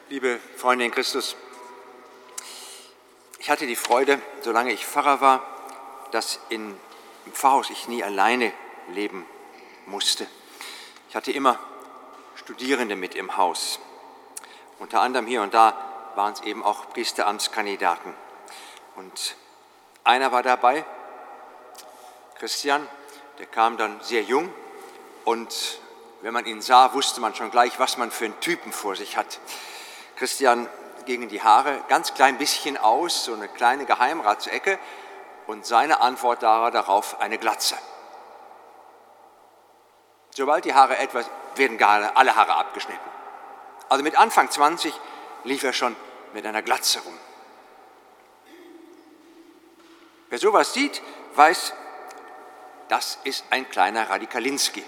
Liebe Freunde in Christus, ich hatte die Freude, solange ich Pfarrer war, dass im Pfarrhaus ich nie alleine leben musste. Ich hatte immer Studierende mit im Haus. Unter anderem hier und da waren es eben auch Priesteramtskandidaten. Und einer war dabei, Christian, der kam dann sehr jung und wenn man ihn sah, wusste man schon gleich, was man für einen Typen vor sich hat. Christian gingen die Haare ganz klein bisschen aus, so eine kleine Geheimratsecke, und seine Antwort war darauf eine Glatze. Sobald die Haare etwas, werden gar alle Haare abgeschnitten. Also mit Anfang 20 lief er schon mit einer Glatze rum. Wer sowas sieht, weiß, das ist ein kleiner Radikalinski.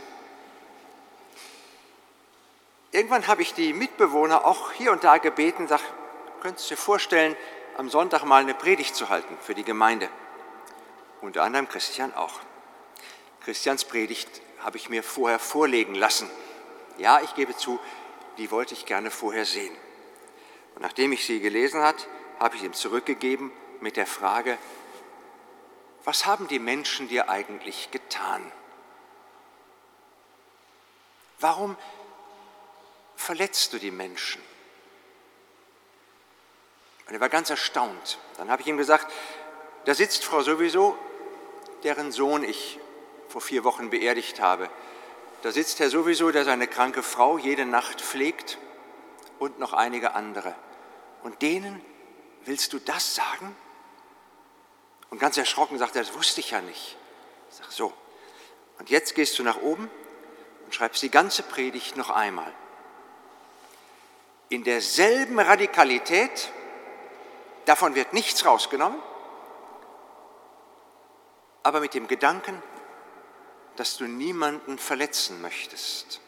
Irgendwann habe ich die Mitbewohner auch hier und da gebeten, sag, könntest du dir vorstellen, am Sonntag mal eine Predigt zu halten für die Gemeinde? Unter anderem Christian auch. Christians Predigt habe ich mir vorher vorlegen lassen. Ja, ich gebe zu, die wollte ich gerne vorher sehen. Und nachdem ich sie gelesen hatte, habe ich ihm zurückgegeben mit der Frage, was haben die Menschen dir eigentlich getan? Warum verletzt du die Menschen? Und er war ganz erstaunt. Dann habe ich ihm gesagt, da sitzt Frau sowieso, deren Sohn ich vor 4 Wochen beerdigt habe. Da sitzt Herr sowieso, der seine kranke Frau jede Nacht pflegt und noch einige andere. Und denen willst du das sagen? Und ganz erschrocken sagt er, das wusste ich ja nicht. Ich sage so, und jetzt gehst du nach oben und schreibst die ganze Predigt noch einmal. In derselben Radikalität, davon wird nichts rausgenommen, aber mit dem Gedanken, dass du niemanden verletzen möchtest.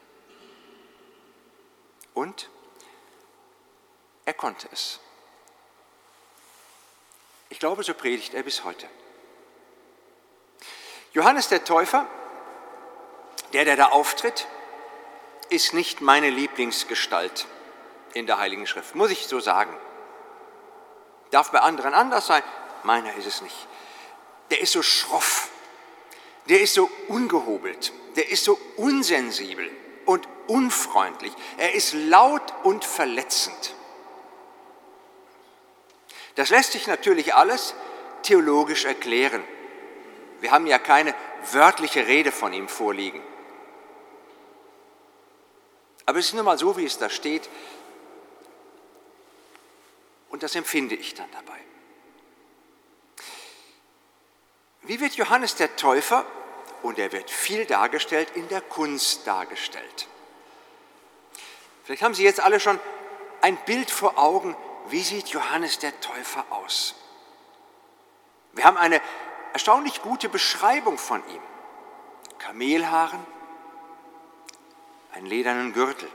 Und er konnte es. Ich glaube, so predigt er bis heute. Johannes der Täufer, der da auftritt, ist nicht meine Lieblingsgestalt in der Heiligen Schrift, muss ich so sagen. Darf bei anderen anders sein, meiner ist es nicht. Der ist so schroff, der ist so ungehobelt, der ist so unsensibel und unfreundlich. Er ist laut und verletzend. Das lässt sich natürlich alles theologisch erklären. Wir haben ja keine wörtliche Rede von ihm vorliegen. Aber es ist nun mal so, wie es da steht, und das empfinde ich dann dabei. Wie wird Johannes der Täufer, und er wird viel dargestellt, in der Kunst dargestellt? Vielleicht haben Sie jetzt alle schon ein Bild vor Augen, wie sieht Johannes der Täufer aus? Wir haben eine erstaunlich gute Beschreibung von ihm. Kamelhaaren, einen ledernen Gürtel.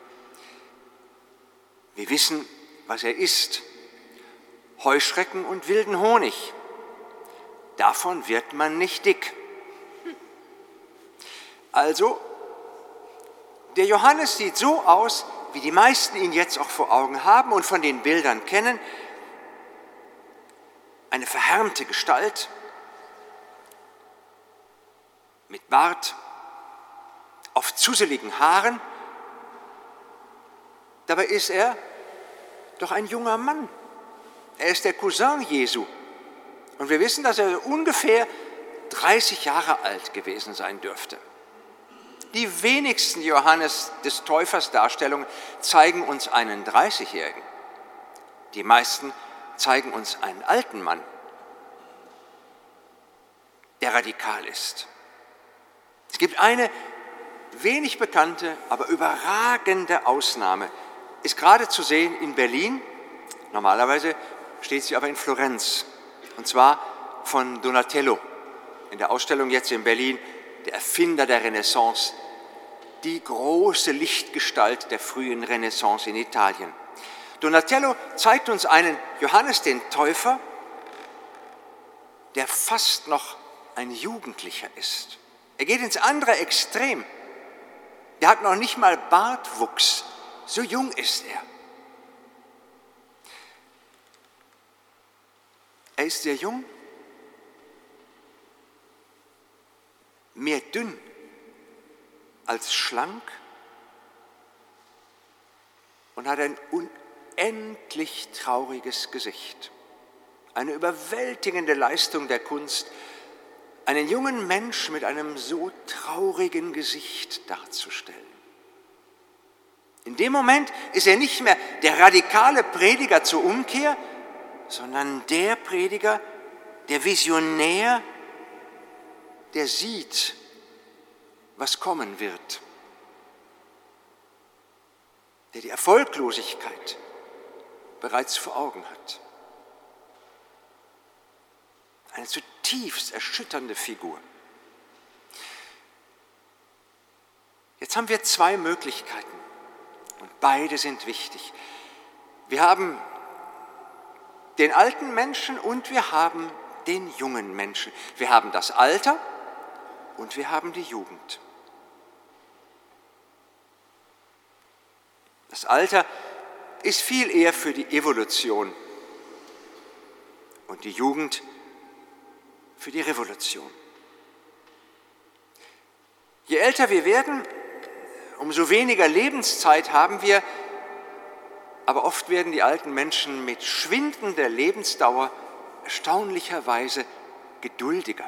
Wir wissen, was er isst. Heuschrecken und wilden Honig. Davon wird man nicht dick. Also, der Johannes sieht so aus, wie die meisten ihn jetzt auch vor Augen haben und von den Bildern kennen. Eine verhärmte Gestalt mit Bart, oft zuseligen Haaren. Dabei ist er doch ein junger Mann. Er ist der Cousin Jesu. Und wir wissen, dass er ungefähr 30 Jahre alt gewesen sein dürfte. Die wenigsten Johannes des Täufers Darstellungen zeigen uns einen 30-Jährigen. Die meisten zeigen uns einen alten Mann, der radikal ist. Es gibt eine wenig bekannte, aber überragende Ausnahme. Ist gerade zu sehen in Berlin, normalerweise steht sie aber in Florenz, und zwar von Donatello, in der Ausstellung jetzt in Berlin, der Erfinder der Renaissance, die große Lichtgestalt der frühen Renaissance in Italien. Donatello zeigt uns einen Johannes den Täufer, der fast noch ein Jugendlicher ist. Er geht ins andere Extrem. Der hat noch nicht mal Bartwuchs, so jung ist er. Er ist sehr jung, mehr dünn als schlank und hat ein unendlich trauriges Gesicht. Eine überwältigende Leistung der Kunst, einen jungen Mensch mit einem so traurigen Gesicht darzustellen. In dem Moment ist er nicht mehr der radikale Prediger zur Umkehr, sondern der Prediger, der Visionär, der sieht, was kommen wird, der die Erfolglosigkeit bereits vor Augen hat. Eine zutiefst erschütternde Figur. Jetzt haben wir zwei Möglichkeiten und beide sind wichtig. Wir haben den alten Menschen und wir haben den jungen Menschen. Wir haben das Alter und wir haben die Jugend. Das Alter ist viel eher für die Evolution und die Jugend für die Revolution. Je älter wir werden, umso weniger Lebenszeit haben wir, aber oft werden die alten Menschen mit schwindender Lebensdauer erstaunlicherweise geduldiger.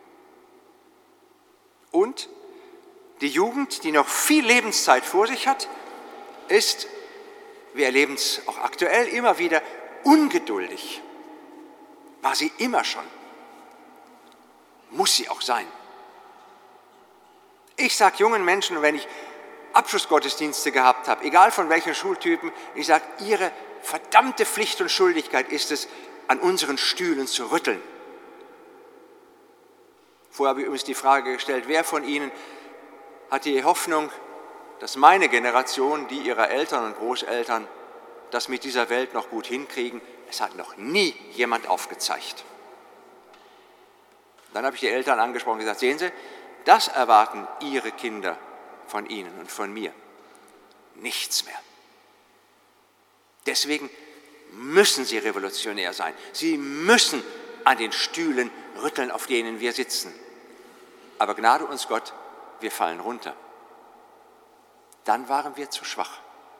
Und die Jugend, die noch viel Lebenszeit vor sich hat, ist, wir erleben es auch aktuell immer wieder, ungeduldig. War sie immer schon. Muss sie auch sein. Ich sage jungen Menschen, wenn ich Abschlussgottesdienste gehabt habe, egal von welchen Schultypen, ich sage, ihre verdammte Pflicht und Schuldigkeit ist es, an unseren Stühlen zu rütteln. Vorher habe ich übrigens die Frage gestellt, wer von Ihnen hat die Hoffnung, dass meine Generation, die ihrer Eltern und Großeltern, das mit dieser Welt noch gut hinkriegen? Es hat noch nie jemand aufgezeigt. Dann habe ich die Eltern angesprochen und gesagt, sehen Sie, das erwarten Ihre Kinder von Ihnen und von mir. Nichts mehr. Deswegen müssen Sie revolutionär sein. Sie müssen an den Stühlen rütteln, auf denen wir sitzen. Aber gnade uns Gott, wir fallen runter. Dann waren wir zu schwach.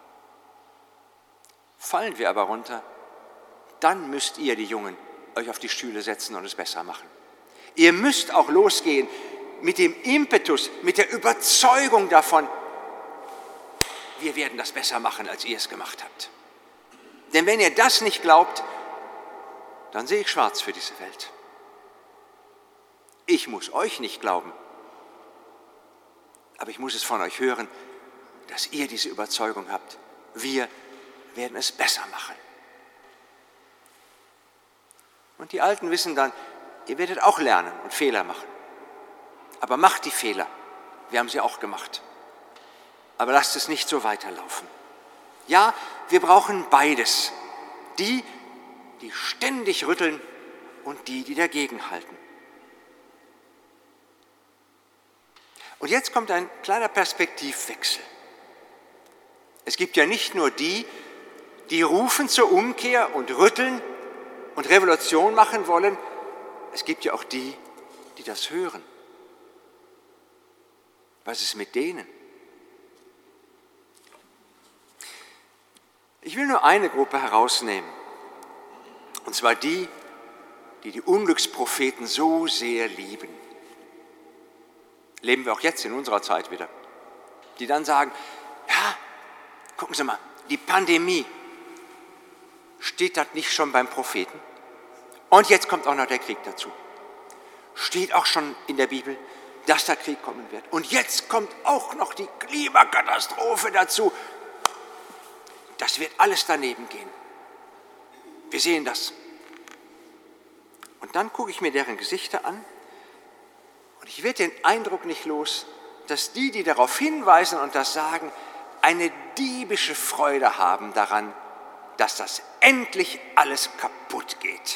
Fallen wir aber runter, dann müsst ihr, die Jungen, euch auf die Stühle setzen und es besser machen. Ihr müsst auch losgehen mit dem Impetus, mit der Überzeugung davon, wir werden das besser machen, als ihr es gemacht habt. Denn wenn ihr das nicht glaubt, dann sehe ich schwarz für diese Welt. Ich muss euch nicht glauben, aber ich muss es von euch hören, dass ihr diese Überzeugung habt. Wir werden es besser machen. Und die Alten wissen dann, ihr werdet auch lernen und Fehler machen. Aber macht die Fehler. Wir haben sie auch gemacht. Aber lasst es nicht so weiterlaufen. Ja, wir brauchen beides. Die, die ständig rütteln und die, die dagegenhalten. Und jetzt kommt ein kleiner Perspektivwechsel. Es gibt ja nicht nur die, die rufen zur Umkehr und rütteln und Revolution machen wollen. Es gibt ja auch die, die das hören. Was ist mit denen? Ich will nur eine Gruppe herausnehmen, und zwar die, die die Unglückspropheten so sehr lieben. Leben wir auch jetzt in unserer Zeit wieder. Die dann sagen, ja, gucken Sie mal, die Pandemie, steht das nicht schon beim Propheten? Und jetzt kommt auch noch der Krieg dazu. Steht auch schon in der Bibel, dass der Krieg kommen wird. Und jetzt kommt auch noch die Klimakatastrophe dazu. Das wird alles daneben gehen. Wir sehen das. Und dann gucke ich mir deren Gesichter an und ich werde den Eindruck nicht los, dass die, die darauf hinweisen und das sagen, eine diebische Freude haben daran, dass das endlich alles kaputt geht.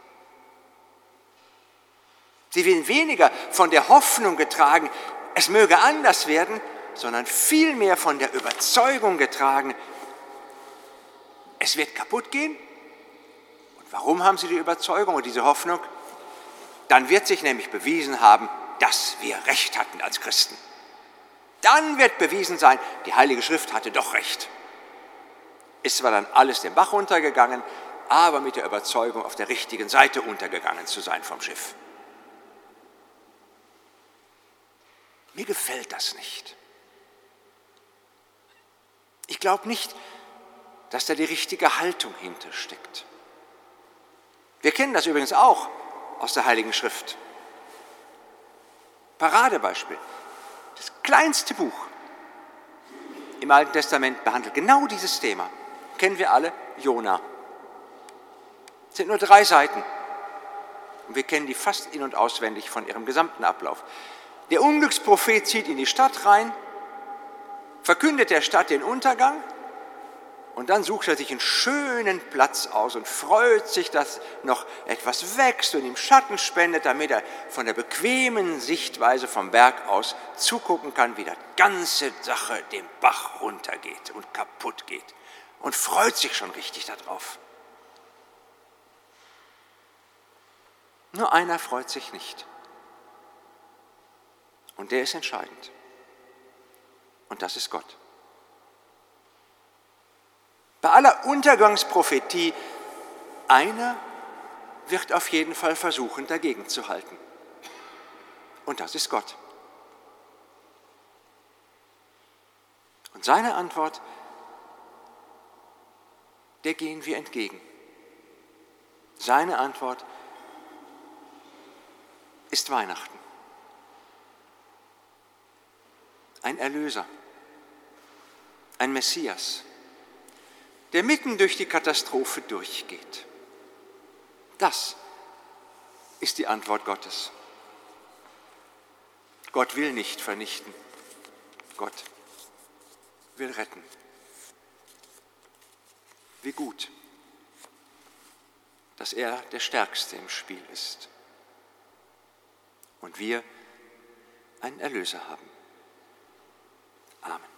Sie werden weniger von der Hoffnung getragen, es möge anders werden, sondern vielmehr von der Überzeugung getragen, es wird kaputt gehen Warum haben sie die Überzeugung und diese Hoffnung? Dann wird sich nämlich bewiesen haben, dass wir Recht hatten als Christen. Dann wird bewiesen sein, die Heilige Schrift hatte doch recht. Ist zwar dann alles den Bach runtergegangen, aber mit der Überzeugung, auf der richtigen Seite untergegangen zu sein vom Schiff. Mir gefällt das nicht. Ich glaube nicht, dass da die richtige Haltung hintersteckt. Wir kennen das übrigens auch aus der Heiligen Schrift. Paradebeispiel. Das kleinste Buch im Alten Testament behandelt genau dieses Thema. Kennen wir alle? Jona. Es sind nur 3 Seiten. Und wir kennen die fast in- und auswendig von ihrem gesamten Ablauf. Der Unglücksprophet zieht in die Stadt rein, verkündet der Stadt den Untergang und dann sucht er sich einen schönen Platz aus und freut sich, dass noch etwas wächst und ihm Schatten spendet, damit er von der bequemen Sichtweise vom Berg aus zugucken kann, wie die ganze Sache den Bach runtergeht und kaputt geht und freut sich schon richtig darauf. Nur einer freut sich nicht. Und der ist entscheidend. Und das ist Gott. Bei aller Untergangsprophetie, einer wird auf jeden Fall versuchen, dagegen zu halten. Und das ist Gott. Und seine Antwort, der gehen wir entgegen. Seine Antwort ist Weihnachten. Ein Erlöser, ein Messias, der mitten durch die Katastrophe durchgeht. Das ist die Antwort Gottes. Gott will nicht vernichten, Gott will retten. Wie gut, dass er der Stärkste im Spiel ist und wir einen Erlöser haben. Amen.